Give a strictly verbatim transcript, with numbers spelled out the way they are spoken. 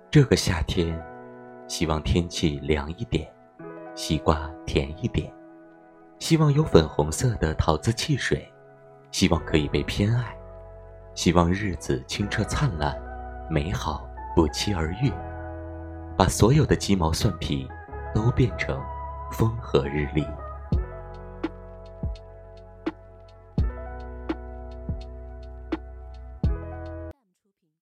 这个夏天，希望天气凉一点，西瓜甜一点，希望有粉红色的桃子汽水，希望可以被偏爱，希望日子清澈灿烂，美好不期而遇，把所有的鸡毛蒜皮都变成风和日丽。